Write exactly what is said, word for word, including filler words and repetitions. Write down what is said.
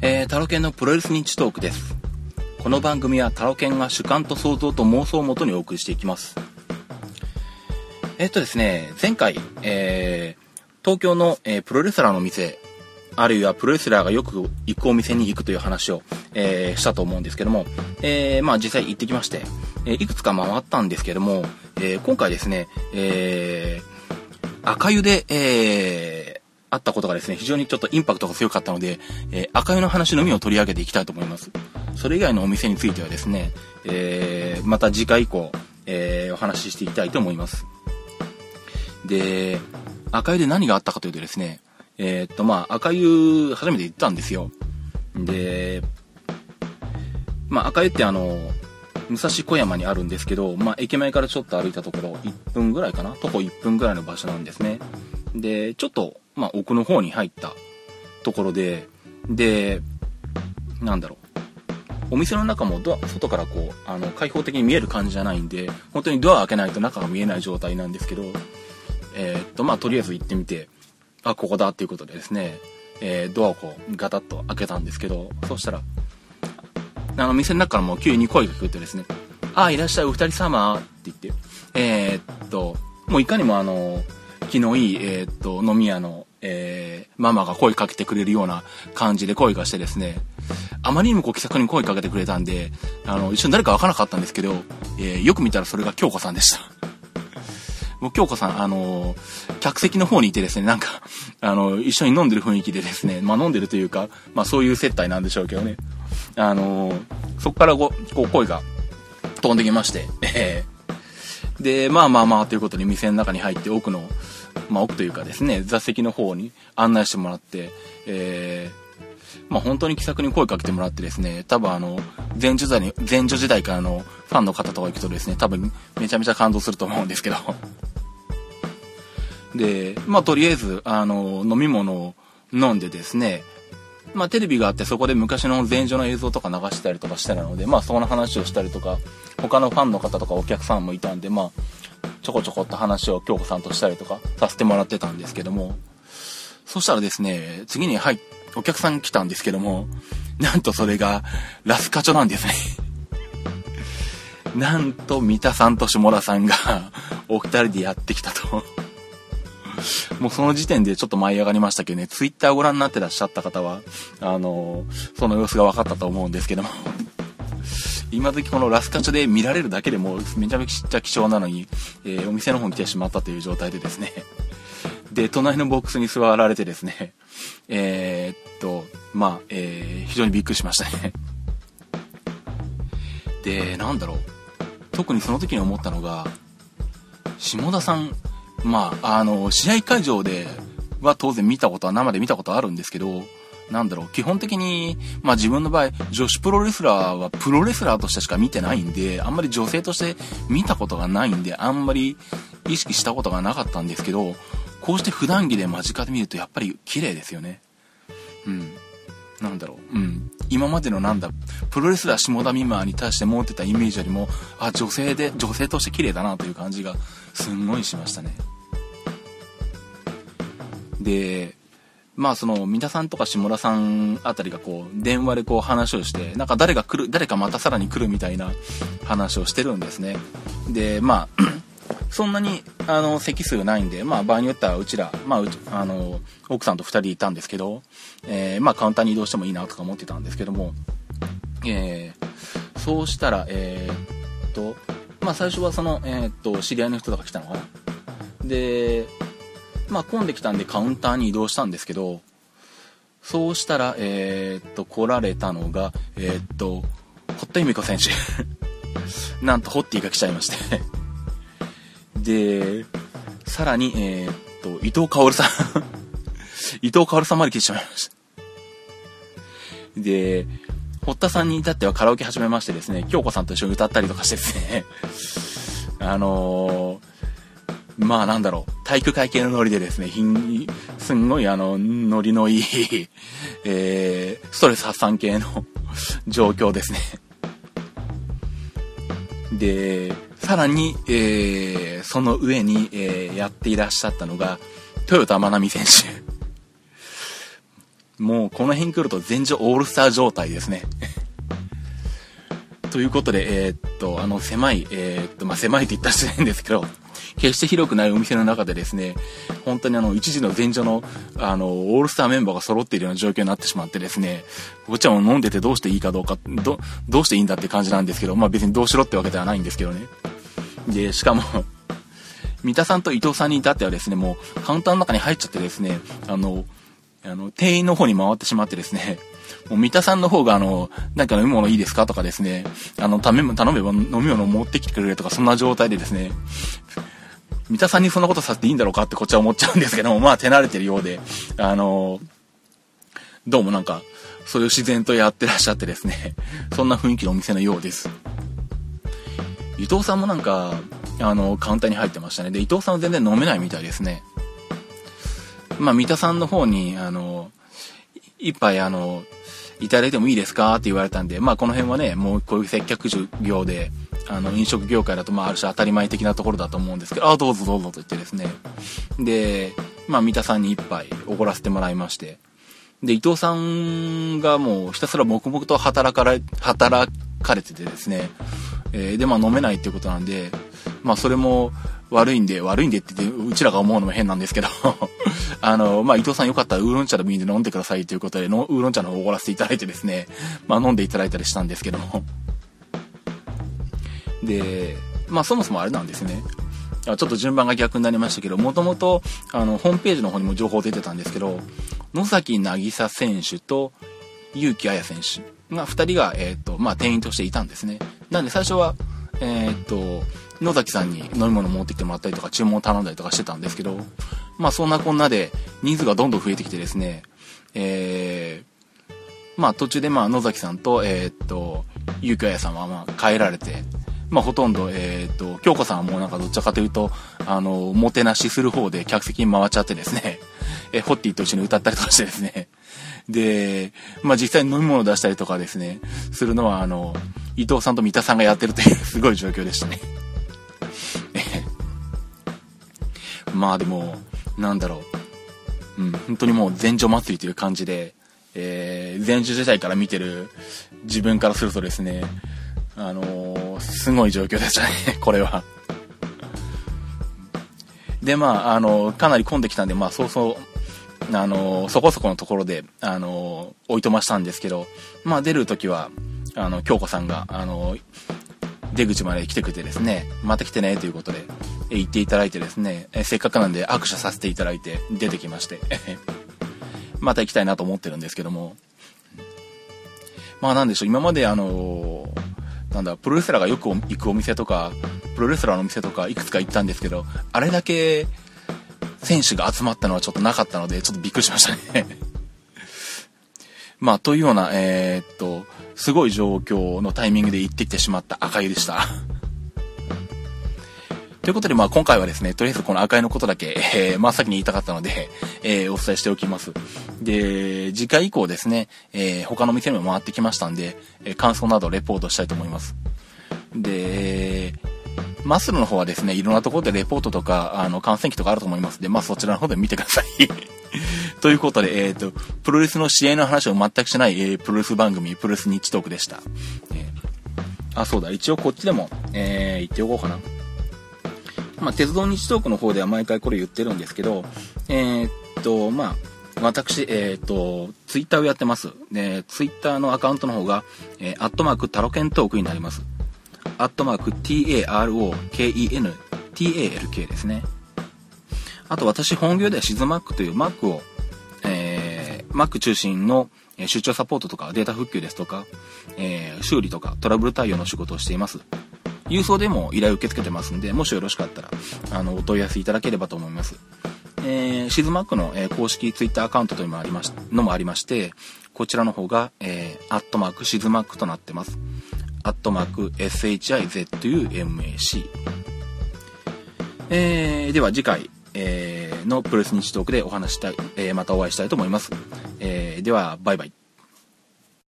えー、タロケンのプロレス認知トークです。この番組はタロケンが主観と想像と妄想をもとにお送りしていきます。えー、っとですね、前回、えー、東京の、えー、プロレスラーの店、あるいはプロレスラーがよく行くお店に行くという話を、えー、したと思うんですけども、えー、まあ実際行ってきまして、えー、いくつか回ったんですけども、えー、今回ですね、えー、赤湯で、えー、あったことがですね、非常にちょっとインパクトが強かったので、えー、赤湯の話のみを取り上げていきたいと思います。それ以外のお店についてはですね、えー、また次回以降、えー、お話ししていきたいと思います。で、赤湯で何があったかというとですね、えー、っとまあ赤湯初めて行ったんですよ。で、まあ赤湯ってあの武蔵小山にあるんですけど、まあ駅前からちょっと歩いたところいっぷんぐらいかな、徒歩いっぷんぐらいの場所なんですね。で、ちょっとまあ奥の方に入ったところで、で、なんだろう、お店の中もドア外からこうあの開放的に見える感じじゃないんで、本当にドア開けないと中が見えない状態なんですけど、えー、っとまあとりあえず行ってみて、あ、ここだっていうことでですね、えー、ドアをこうガタッと開けたんですけど、そうしたらあの店の中からもう急に声が聞こえてですね、あ、いらっしゃいお二人様って言って、えー、っともういかにもあの気のいい、えー、っと飲み屋の、えー、ママが声かけてくれるような感じで声がしてですね、あまりにもこう気さくに声かけてくれたんで、あの一瞬誰か分からなかったんですけど、えー、よく見たらそれが京子さんでした。もう京子さん、あのー、客席の方にいてですね、なんか、あのー、一緒に飲んでる雰囲気でですね、まあ飲んでるというか、まあそういう接待なんでしょうけどね。あのー、そこからこう、こう声が飛んできまして、えー、で、まあまあまあということで店の中に入って奥の、まあ奥というかですね、座席の方に案内してもらって、えー、まあ本当に気さくに声かけてもらってですね、多分あの、前女時代に、前女時代からのファンの方とか行くとですね、多分めちゃめちゃ感動すると思うんですけど。で、まあとりあえず、あの、飲み物を飲んでですね、まあテレビがあってそこで昔の前女の映像とか流したりとかしてたので、まあその話をしたりとか、他のファンの方とかお客さんもいたんで、まあ、ちょこちょこっと話を京子さんとしたりとかさせてもらってたんですけども、そしたらですね、次に入っお客さん来たんですけども、なんとそれがラスカチョなんですね。なんと三田さんと下田さんがお二人でやってきたと。もうその時点でちょっと舞い上がりましたけどね、ツイッターご覧になってらっしゃった方はあのその様子が分かったと思うんですけども、今時このラスカチョで見られるだけでもめちゃめちゃ貴重なのに、えー、お店の方に来てしまったという状態でですね、で隣のボックスに座られてですね、えー、っとまあ、えー、非常にびっくりしましたね。で、なんだろう、特にその時に思ったのが、下田さん、まああの試合会場では当然見たことは生で見たことあるんですけど、なんだろう、基本的にまあ自分の場合女子プロレスラーはプロレスラーとしてしか見てないんで、あんまり女性として見たことがないんで、あんまり意識したことがなかったんですけど、こうして普段着で間近で見るとやっぱり綺麗ですよね。うん。なんだろう。うん。今までのなんだ、プロレスラー下田美馬に対して持ってたイメージよりも、あ、女性で、女性として綺麗だなという感じがすんごいしましたね。で、まあその三田さんとか下田さんあたりがこう電話でこう話をして、なんか誰が来る、誰かまたさらに来るみたいな話をしてるんですね。で、まあそんなにあの席数ないんで、まあ場合によってはうちら、まあうちあの奥さんとふたりいたんですけど、えー、まあカウンターに移動してもいいなとか思ってたんですけども、えー、そうしたらえー、っとまあ最初はそのえー、っと知り合いの人とか来たのかな。で、まあ混んできたんでカウンターに移動したんですけど、そうしたらえー、っと来られたのがえー、っと堀田由美子選手なんとホッティが来ちゃいましてで、さらにえー、っと伊藤薫さん伊藤薫さんまで来てしまいました。で、堀田さんに至ってはカラオケ始めましてですね、京子さんと一緒に歌ったりとかしてですねあのーまあなんだろう、体育会系のノリでですね、ひんすんごいあのノリのいい、えー、ストレス発散系の状況ですね。で、さらに、えー、その上に、えー、やっていらっしゃったのが豊田真奈美選手。 もうこの辺来ると全場オールスター状態ですね。ということで、えー、っと、あの、狭い、えー、っと、まあ、狭いって言ったら失礼ですけど、決して広くないお店の中でですね、本当にあの、一時の前場の、あの、オールスターメンバーが揃っているような状況になってしまってですね、こっちはもう飲んでてどうしていいかどうか、ど、どうしていいんだって感じなんですけど、まあ、別にどうしろってわけではないんですけどね。で、しかも、三田さんと伊藤さんに至ってはですね、もう、カウンターの中に入っちゃってですね、あの、あの、店員の方に回ってしまってですね、もう三田さんの方があの、なんか飲み物いいですかとかですね、あの、頼めば飲み物持ってきてくれるとか、そんな状態でですね、三田さんにそんなことさせていいんだろうかってこっちは思っちゃうんですけども、まあ手慣れてるようで、あの、どうもなんか、それを自然とやってらっしゃってですね、そんな雰囲気のお店のようです。伊藤さんもなんか、あの、カウンターに入ってましたね。で、伊藤さんは全然飲めないみたいですね。まあ、三田さんの方に、あの、一杯あの、いただいてもいいですかって言われたんで、まあこの辺はね、もうこういう接客業で、あの、飲食業界だと、まあある種当たり前的なところだと思うんですけど、あ、どうぞどうぞと言ってですね。で、まあ三田さんに一杯おごらせてもらいまして、で、伊藤さんがもうひたすら黙々と働かれ、働かれててですね、えー、で、まあ飲めないっていうことなんで、まあそれも悪いんで、悪いんでって言って、うちらが思うのも変なんですけど、あの、まあ伊藤さんよかったらウーロン茶でもいいんで飲んでくださいということで、のウーロン茶の方をおごらせていただいてですね、まあ飲んでいただいたりしたんですけども。で、まあそもそもあれなんですね。ちょっと順番が逆になりましたけど、もともと、あの、ホームページの方にも情報出てたんですけど、野崎渚選手と結城彩選手がふたりが、えっと、まあ店員としていたんですね。なんで最初は、えっと、野崎さんに飲み物持ってきてもらったりとか注文を頼んだりとかしてたんですけど、まあそんなこんなで人数がどんどん増えてきてですね、えー、まあ途中でまあ野崎さんと、えっと、結城彩さんはまあ帰られて、まあほとんど、えっと、京子さんはもうなんかどちらかというと、あの、もてなしする方で客席に回っちゃってですね、え、ホッティと一緒に歌ったりとかしてですね、で、まあ実際に飲み物を出したりとかですね、するのはあの、伊藤さんと三田さんがやってるというすごい状況でしたね。まあでも、なんだろう。うん、本当にもう前女祭りという感じで、えー、前女時代から見てる自分からするとですね、あのー、すごい状況でしたね、これは。で、まあ、あのー、かなり混んできたんで、まあ、そうそう、あのー、そこそこのところで、あのー、おいとましたんですけど、まあ、出るときは、あの、京子さんが、あのー、出口まで来てくれてですね、また来てね、ということで、え言っていただいてですね、えせっかくなんで握手させていただいて、出てきまして、また行きたいなと思ってるんですけども、まあなんでしょう、今まであのー、なんだ、プロレスラーがよく行くお店とか、プロレスラーのお店とか、いくつか行ったんですけど、あれだけ、選手が集まったのはちょっとなかったので、ちょっとびっくりしましたね。まあ、というような、えー、っと、すごい状況のタイミングで行ってきてしまった赤湯でした。ということで、まあ今回はですね、とりあえずこの赤いのことだけ、えー、真っ先に言いたかったので、えー、お伝えしておきます。で、次回以降ですね、えー、他の店にも回ってきましたんで、えー、感想などレポートしたいと思います。で、マッスルの方はですね、いろんなところでレポートとか、あの、観戦記とかあると思いますんで、まあそちらの方で見てください。ということで、えっと、プロレスの試合の話を全くしない、えー、プロレス番組、プロレスニッチトークでした。えー、あ、そうだ、一応こっちでも、えー、言っておこうかな。まあ、鉄道日トークの方では毎回これ言ってるんですけど、えー、っと、まあ、私、えー、っと、ツイッターをやってます。で、ツイッターのアカウントの方が、えー、アットマークタロケントークになります。アットマーク ティーエーアールオーケーイーエヌティーエーエルケー ですね。あと私本業ではシズマックという Mac を、えー、Mac 中心の出張サポートとかデータ復旧ですとか、えー、修理とかトラブル対応の仕事をしています。郵送でも依頼を受け付けてますんで、もしよろしかったら、あの、お問い合わせいただければと思います。えー、シズマックの、えー、公式ツイッターアカウントというのもありまし、のもありまして、こちらの方が、えー、アットマークシズマックとなってます。アットマーク シズマック。えー、では次回、えー、のプロレス日トークでお話したい、えー、またお会いしたいと思います。えー、では、バイバイ。